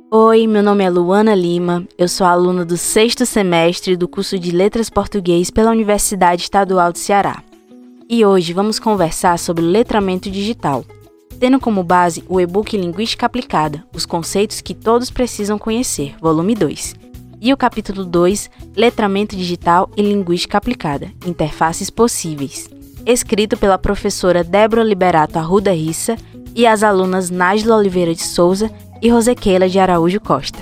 Oi, meu nome é Luana Lima, eu sou aluna do 6º semestre do curso de Letras Português pela Universidade Estadual do Ceará. E hoje vamos conversar sobre letramento digital, tendo como base o e-book Linguística Aplicada, os conceitos que todos precisam conhecer, volume 2. E o capítulo 2, Letramento Digital e Linguística Aplicada, Interfaces Possíveis, escrito pela professora Débora Liberato Arruda Rissa e as alunas Nájila Oliveira de Souza e Rosekeila de Araújo Costa.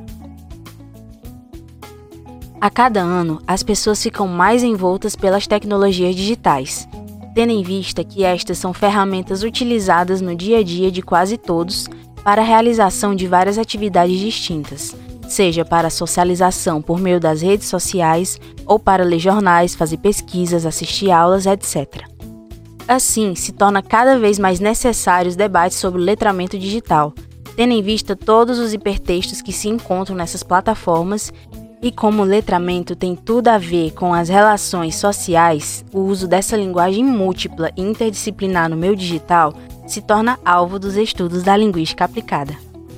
A cada ano, as pessoas ficam mais envoltas pelas tecnologias digitais, tendo em vista que estas são ferramentas utilizadas no dia a dia de quase todos para a realização de várias atividades distintas, seja para socialização por meio das redes sociais ou para ler jornais, fazer pesquisas, assistir aulas, etc. Assim, se torna cada vez mais necessário os debates sobre o letramento digital, tendo em vista todos os hipertextos que se encontram nessas plataformas e como o letramento tem tudo a ver com as relações sociais, o uso dessa linguagem múltipla e interdisciplinar no meio digital se torna alvo dos estudos da linguística aplicada.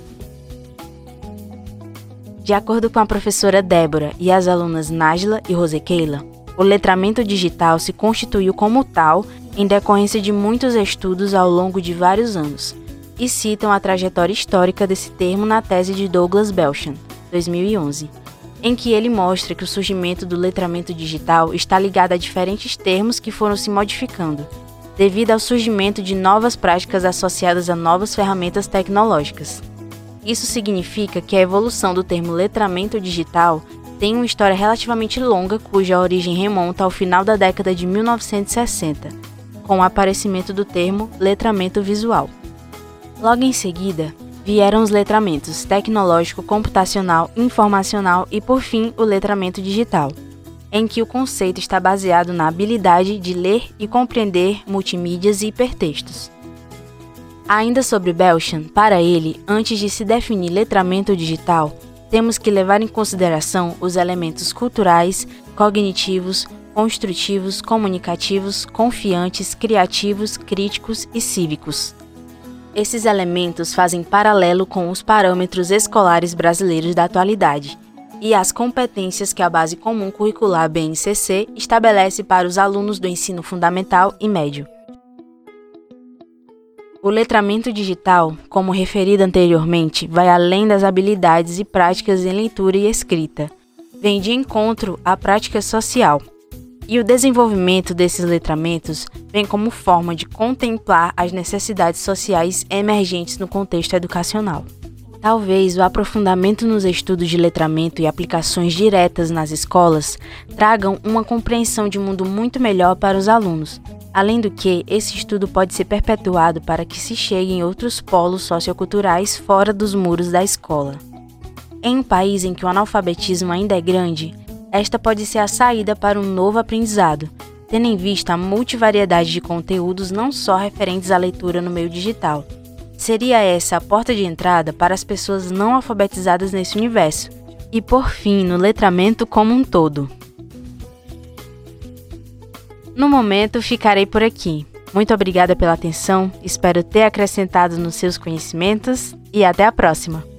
De acordo com a professora Débora e as alunas Nájila e Rosekeila, o letramento digital se constituiu como tal em decorrência de muitos estudos ao longo de vários anos, e citam a trajetória histórica desse termo na tese de Douglas Belsham, 2011, em que ele mostra que o surgimento do letramento digital está ligado a diferentes termos que foram se modificando, devido ao surgimento de novas práticas associadas a novas ferramentas tecnológicas. Isso significa que a evolução do termo letramento digital tem uma história relativamente longa cuja origem remonta ao final da década de 1960, com o aparecimento do termo letramento visual. Logo em seguida, vieram os letramentos tecnológico, computacional, informacional e, por fim, o letramento digital, em que o conceito está baseado na habilidade de ler e compreender multimídias e hipertextos. Ainda sobre Belsham, para ele, antes de se definir letramento digital, temos que levar em consideração os elementos culturais, cognitivos, construtivos, comunicativos, confiantes, criativos, críticos e cívicos. Esses elementos fazem paralelo com os parâmetros escolares brasileiros da atualidade e as competências que a Base Comum Curricular BNCC estabelece para os alunos do ensino fundamental e médio. O letramento digital, como referido anteriormente, vai além das habilidades e práticas em leitura e escrita. Vem de encontro à prática social. E o desenvolvimento desses letramentos vem como forma de contemplar as necessidades sociais emergentes no contexto educacional. Talvez o aprofundamento nos estudos de letramento e aplicações diretas nas escolas tragam uma compreensão de mundo muito melhor para os alunos. Além do que, esse estudo pode ser perpetuado para que se chegue em outros polos socioculturais fora dos muros da escola. Em um país em que o analfabetismo ainda é grande, esta pode ser a saída para um novo aprendizado, tendo em vista a multivariedade de conteúdos não só referentes à leitura no meio digital. Seria essa a porta de entrada para as pessoas não alfabetizadas nesse universo, e por fim, no letramento como um todo. No momento, ficarei por aqui. Muito obrigada pela atenção, espero ter acrescentado nos seus conhecimentos e até a próxima!